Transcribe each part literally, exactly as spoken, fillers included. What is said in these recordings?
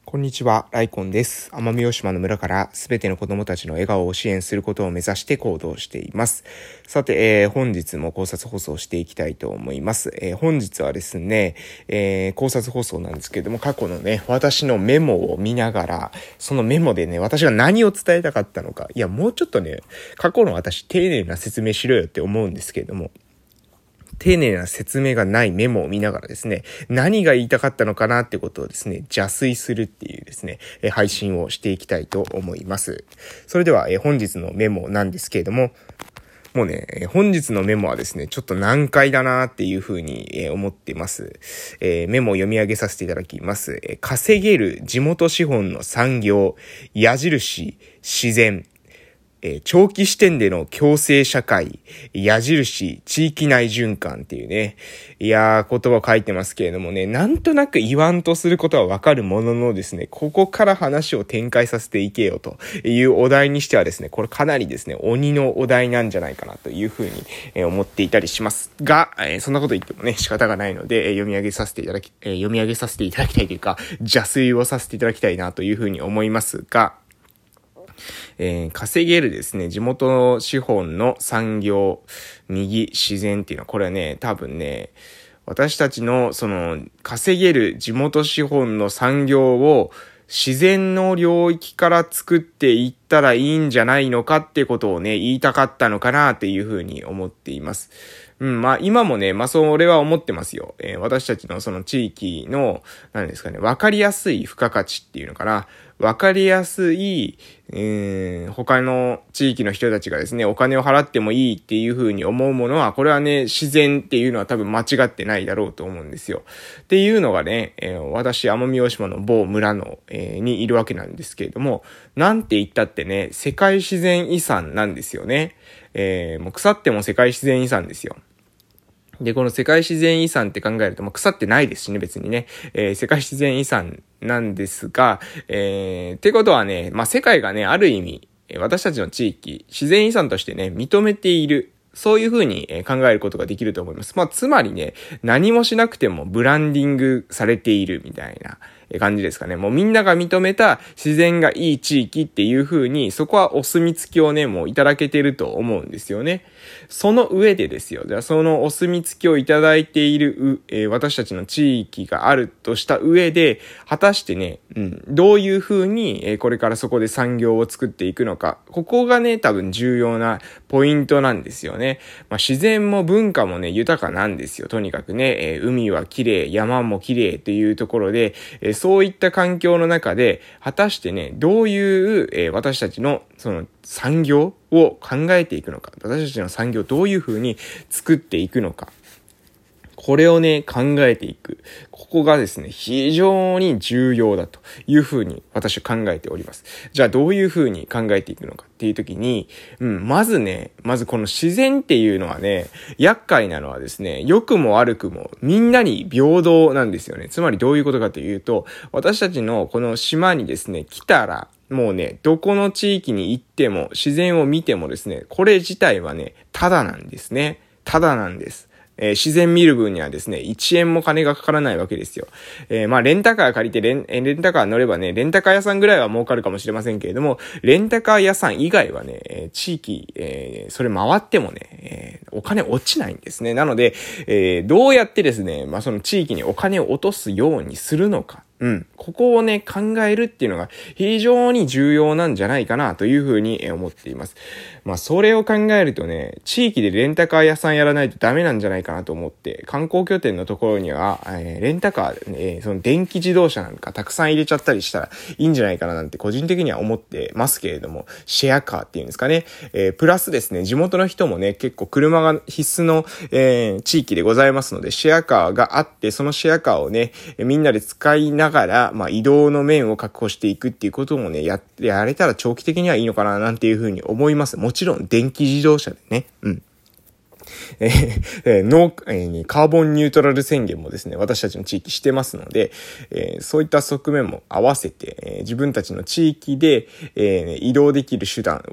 こんにちは、ライコンです。奄美大島の村からすべての子供たちの笑顔を支援することを目指して行動しています。さて、えー、本日も考察放送をしていきたいと思います。えー、本日はですね、えー、考察放送なんですけれども、過去のね、私のメモを見ながら、そのメモでね、私が何を伝えたかったのか、いや、もうちょっとね、過去の私、丁寧な説明しろよって思うんですけれども、丁寧な説明がないメモを見ながらですね、何が言いたかったのかなってことをですね、邪推するっていうですね、配信をしていきたいと思います。それでは本日のメモなんですけれども、もうね、本日のメモはですね、ちょっと難解だなっていうふうに思っています。えー、メモを読み上げさせていただきます。稼げる地元資本の産業、矢印、自然、えー、長期視点での共生社会、矢印、地域内循環っていうね、いやー、言葉を書いてますけれどもね、なんとなく言わんとすることはわかるもののですね、ここから話を展開させていけよというお題にしてはですね、これかなりですね、鬼のお題なんじゃないかなというふうに、えー、思っていたりしますが、えー、そんなこと言ってもね、仕方がないので、えー、読み上げさせていただき、えー、読み上げさせていただきたいというか、邪推をさせていただきたいなというふうに思いますが、えー、稼げるですね、地元資本の産業、右、自然っていうのは、これはね、多分ね、私たちの、その、稼げる地元資本の産業を自然の領域から作っていったらいいんじゃないのかってことをね、言いたかったのかなっていうふうに思っています。うん、まあ今もね、まあそれは思ってますよ。えー、私たちのその地域の、何ですかね、わかりやすい付加価値っていうのかな。わかりやすい、えー、他の地域の人たちがですね、お金を払ってもいいっていう風に思うものは、これはね、自然っていうのは多分間違ってないだろうと思うんですよ。っていうのがね、えー、私、奄美大島の某村の、えー、にいるわけなんですけれども、なんて言ったってね、世界自然遺産なんですよね。えー、もう腐っても世界自然遺産ですよ。で、この世界自然遺産って考えると、まあ、腐ってないですしね、別にね。えー、世界自然遺産なんですが、えー、ってことはね、まあ、世界がね、ある意味、私たちの地域、自然遺産としてね、認めている。そういうふうに考えることができると思います。まあ、つまりね、何もしなくてもブランディングされているみたいな感じですかね。もうみんなが認めた自然がいい地域っていうふうに、そこはお墨付きをね、もういただけてると思うんですよね。その上でですよ。じゃあそのお墨付きをいただいている、えー、私たちの地域があるとした上で、果たしてね、うん、どういうふうに、えー、これからそこで産業を作っていくのか。ここがね、多分重要なポイントなんですよね。まあ、自然も文化もね、豊かなんですよ。とにかくね、えー、海は綺麗、山も綺麗というところで、えー、そういった環境の中で、果たしてね、どういう、えー、私たちのその産業を考えていくのか、私たちの産業をどういうふうに作っていくのか、これをね、考えていく。ここがですね、非常に重要だというふうに私は考えております。じゃあどういうふうに考えていくのかっていう時に、うん、まずね、まずこの自然っていうのはね、厄介なのはですね、良くも悪くもみんなに平等なんですよね。つまりどういうことかというと、私たちのこの島にですね、来たら、もうね、どこの地域に行っても、自然を見てもですね、これ自体はね、ただなんですね。ただなんです。えー、自然見る分にはですね、いちえんも金がかからないわけですよ。えー、まあ、レンタカー借りてレン、レンタカー乗ればね、レンタカー屋さんぐらいは儲かるかもしれませんけれども、レンタカー屋さん以外はね、えー、地域、えー、それ回ってもね、えー、お金落ちないんですね。なので、えー、どうやってですね、まあ、その地域にお金を落とすようにするのか。うん。ここをね、考えるっていうのが非常に重要なんじゃないかなというふうに思っています。まあ、それを考えるとね、地域でレンタカー屋さんやらないとダメなんじゃないかなと思って、観光拠点のところには、えー、レンタカーでね、その電気自動車なんかたくさん入れちゃったりしたらいいんじゃないかななんて個人的には思ってますけれども、シェアカーっていうんですかね。えー、プラスですね、地元の人もね、結構車が必須の、えー、地域でございますので、シェアカーがあって、そのシェアカーをね、みんなで使いながらだから、まあ、移動の面を確保していくっていうこともね、や、やれたら長期的にはいいのかな、なんていうふうに思います。もちろん、電気自動車でね。うん。えー、ノー、えー、カーボンニュートラル宣言もですね、私たちの地域してますので、えー、そういった側面も合わせて、えー、自分たちの地域で、えー、移動できる手段を、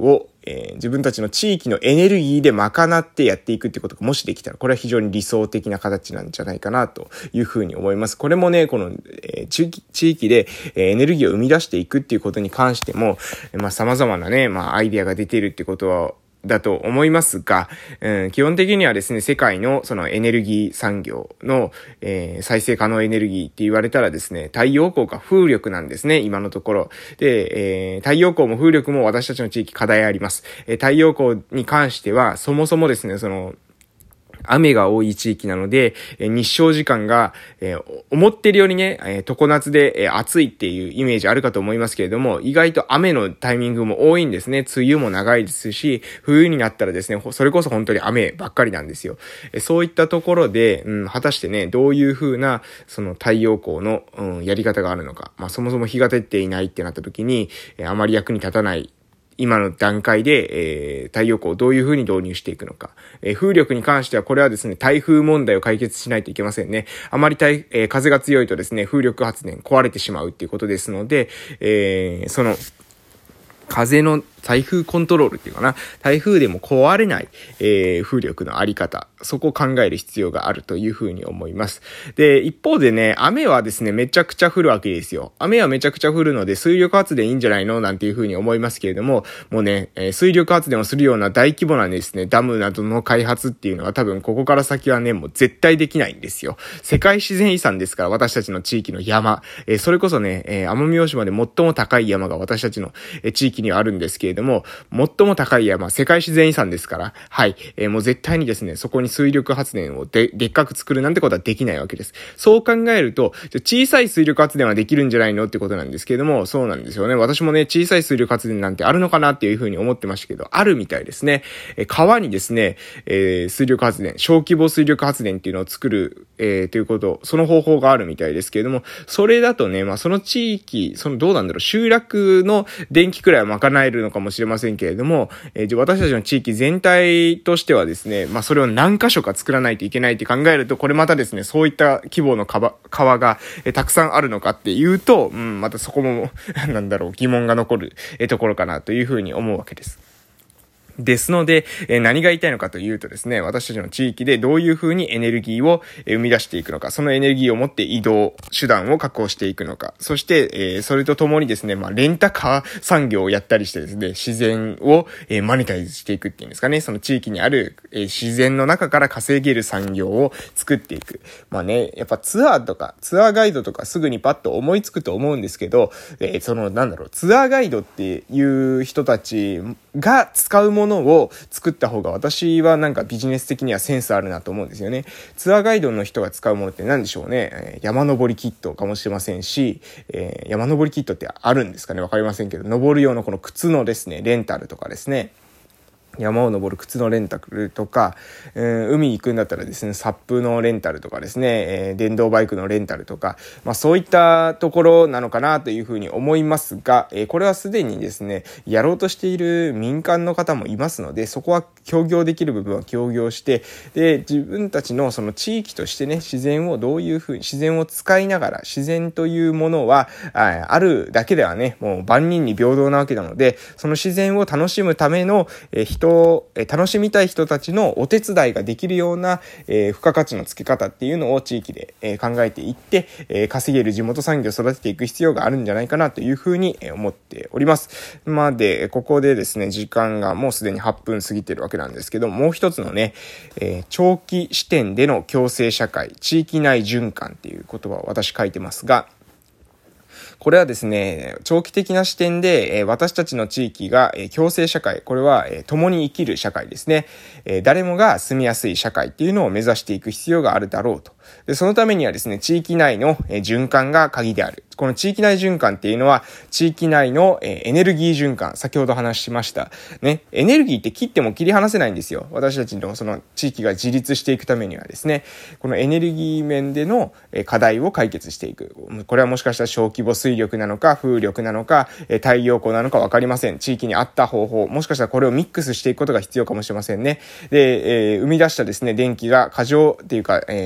えー、自分たちの地域のエネルギーで賄ってやっていくってことがもしできたら、これは非常に理想的な形なんじゃないかなというふうに思います。これもね、この、えー、地域、地域で、えー、エネルギーを生み出していくっていうことに関しても、えー、まあ様々なね、まあアイデアが出ているってことは、だと思いますが、うん、基本的にはですね、世界のそのエネルギー産業の、えー、再生可能エネルギーって言われたらですね、太陽光か風力なんですね、今のところ。で、えー、太陽光も風力も私たちの地域課題あります。えー、太陽光に関しては、そもそもですね、その、雨が多い地域なので、えー、日照時間が、えー、思ってるよりね、えー、常夏で、えー、暑いっていうイメージあるかと思いますけれども、意外と雨のタイミングも多いんですね。梅雨も長いですし、冬になったらですね、それこそ本当に雨ばっかりなんですよ。えー、そういったところで、うん、果たしてね、どういう風な、その太陽光の、うん、やり方があるのか。まあ、そもそも日が照っていないってなった時に、えー、あまり役に立たない。今の段階で、えー、太陽光をどういう風に導入していくのか。えー、風力に関してはこれはですね、台風問題を解決しないといけませんね。あまり台、えー、風が強いとですね、風力発電壊れてしまうっていうことですので、えー、その、風の台風コントロールっていうかな、台風でも壊れない、えー、風力のあり方、そこを考える必要があるというふうに思います。で、一方でね、雨はですね、めちゃくちゃ降るわけですよ。雨はめちゃくちゃ降るので、水力発電いいんじゃないのなんていうふうに思いますけれども、もうね、えー、水力発電をするような大規模なですね、ダムなどの開発っていうのは多分ここから先はね、もう絶対できないんですよ。世界自然遺産ですから、私たちの地域の山、えー、それこそね、えー、奄美大島で最も高い山が私たちの、えー、地域にはあるんですけれども、最も高い山、世界自然遺産ですから、はい、えー、もう絶対にですね、そこに水力発電をで、でっかく作るなんてことはできないわけです。そう考えると、小さい水力発電はできるんじゃないのってことなんですけれども、そうなんですよね。私もね、小さい水力発電なんてあるのかなっていうふうに思ってましたけど、あるみたいですね。えー、川にですね、えー、水力発電、小規模水力発電っていうのを作る、えー、ということ、その方法があるみたいですけれども、それだとね、まあその地域、そのどうなんだろう、集落の電気くらいは賄えるのかもしれませんけれども、えー、私たちの地域全体としてはですね、まあそれを何箇所か作らないといけないって考えると、これまたですね、そういった規模の川、川が、えー、たくさんあるのかっていうと、うん、またそこも、なんだろう、疑問が残る、えー、ところかなというふうに思うわけです。ですので、えー、何が言いたいのかというとですね、私たちの地域でどういう風にエネルギーを生み出していくのか、そのエネルギーを持って移動手段を確保していくのか、そして、えー、それとともにですね、まあ、レンタカー産業をやったりしてですね、自然を、えー、マネタイズしていくっていうんですかね、その地域にある、えー、自然の中から稼げる産業を作っていく。まあね、やっぱツアーとか、ツアーガイドとかすぐにパッと思いつくと思うんですけど、えー、その、なんだろう、ツアーガイドっていう人たちが使うものものを作った方が私はなんかビジネス的にはセンスあるなと思うんですよね。ツアーガイドの人が使うものって何でしょうね。えー、山登りキットかもしれませんし、えー、山登りキットってあるんですかね、わかりませんけど、登る用のこの靴のですね、レンタルとかですね。山を登る靴のレンタルとか、えー、海に行くんだったらですね、サップのレンタルとかですね、えー、電動バイクのレンタルとか、まあそういったところなのかなというふうに思いますが、えー、これはすでにですね、やろうとしている民間の方もいますので、そこは協業できる部分は協業して、で、自分たちのその地域としてね、自然をどういうふうに、自然を使いながら、自然というものは、あ, あるだけではね、もう万人に平等なわけなので、その自然を楽しむための、えー、人楽しみたい人たちのお手伝いができるような、えー、付加価値の付け方っていうのを地域で、えー、考えていって、えー、稼げる地元産業を育てていく必要があるんじゃないかなというふうに思っております。まあで、ここでですね、時間がもうすでにはっぷん過ぎてるわけなんですけど、もう一つのね、えー、長期視点での共生社会、地域内循環っていう言葉を私書いてますが、これはですね、長期的な視点で、えー、私たちの地域が、えー、共生社会、これは、えー、共に生きる社会ですね、えー。誰もが住みやすい社会っていうのを目指していく必要があるだろうと。で、そのためにはですね、地域内の、えー、循環が鍵である。この地域内循環っていうのは、地域内の、えー、エネルギー循環、先ほど話しました。ね、エネルギーって切っても切り離せないんですよ。私たちのその地域が自立していくためにはですね、このエネルギー面での、えー、課題を解決していく。これはもしかしたら小規模水力なのか、風力なのか、えー、太陽光なのか分かりません。地域に合った方法、もしかしたらこれをミックスしていくことが必要かもしれませんね。で、えー、生み出したですね、電気が過剰っていうか、えー、余剰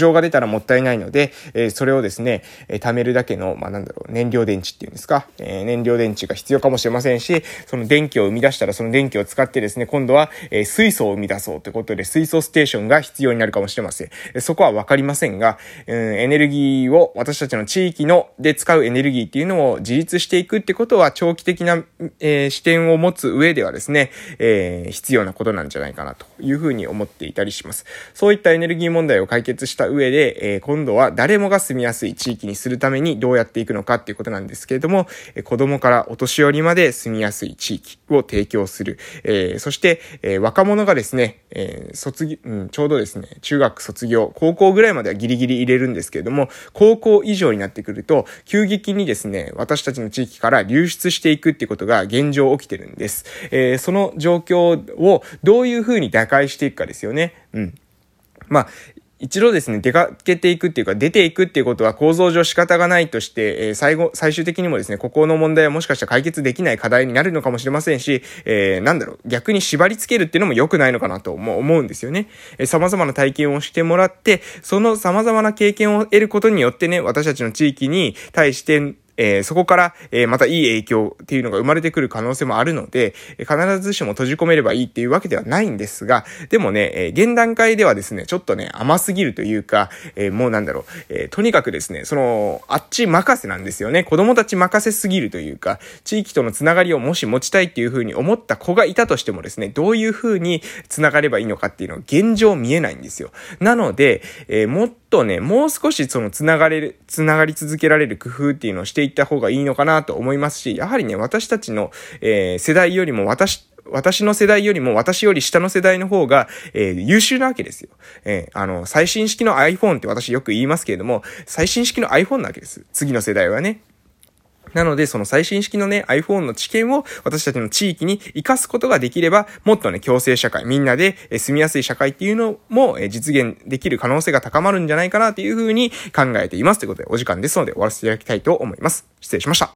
情が出たらもったいないので、えー、それをですね、えー、貯めるだけの、まあ、なんだろう、燃料電池っていうんですか、えー、燃料電池が必要かもしれませんし、その電気を生み出したらその電気を使ってですね、今度は、えー、水素を生み出そうということで、水素ステーションが必要になるかもしれません。えー、そこはわかりませんが、うん、エネルギーを私たちの地域ので使うエネルギーっていうのを自立していくってことは長期的な、えー、視点を持つ上ではですね、えー、必要なことなんじゃないかなというふうに思っていたりします。そういったエネルギー問題を解決した上で、えー、今度は誰もが住みやすい地域にするためにどうやっていくのかっていうことなんですけれども、えー、子供からお年寄りまで住みやすい地域を提供する。えー、そして、えー、若者がですね、えー、卒業、うん、ちょうどですね、中学卒業、高校ぐらいまではギリギリ入れるんですけれども、高校以上になってくると、急激にですね、私たちの地域から流出していくっていうことが現状起きてるんです。えー、その状況をどういうふうに打開していくかですよね。うん。まあ、一度ですね、出かけていくっていうか、出ていくっていうことは構造上仕方がないとして、えー、最後、最終的にもですね、ここの問題はもしかしたら解決できない課題になるのかもしれませんし、えー、なんだろう、逆に縛り付けるっていうのも良くないのかなとも思うんですよね。えー、様々な体験をしてもらって、その様々な経験を得ることによってね、私たちの地域に対して、えー、そこから、えー、またいい影響っていうのが生まれてくる可能性もあるので、えー、必ずしも閉じ込めればいいっていうわけではないんですが、でもね、えー、現段階ではですね、ちょっとね、甘すぎるというか、えー、もうなんだろう、えー、とにかくですね、その、あっち任せなんですよね。子供たち任せすぎるというか、地域とのつながりをもし持ちたいっていう風に思った子がいたとしてもですね、どういう風につながればいいのかっていうのは現状見えないんですよ。なので、えー、もっとね、もう少しそのつながれる、つながり続けられる工夫っていうのをしていった方がいいのかなと思いますし、やはりね、私たちの、えー、世代よりも私、私の世代よりも私より下の世代の方が、えー、優秀なわけですよ。えー、あの、最新式の iPhone って私よく言いますけれども、最新式の iPhone なわけです。次の世代はね。なので、その最新式のね、iPhone の知見を私たちの地域に活かすことができれば、もっとね、共生社会、みんなで住みやすい社会っていうのも実現できる可能性が高まるんじゃないかなというふうに考えています。ということで、お時間ですので終わらせていただきたいと思います。失礼しました。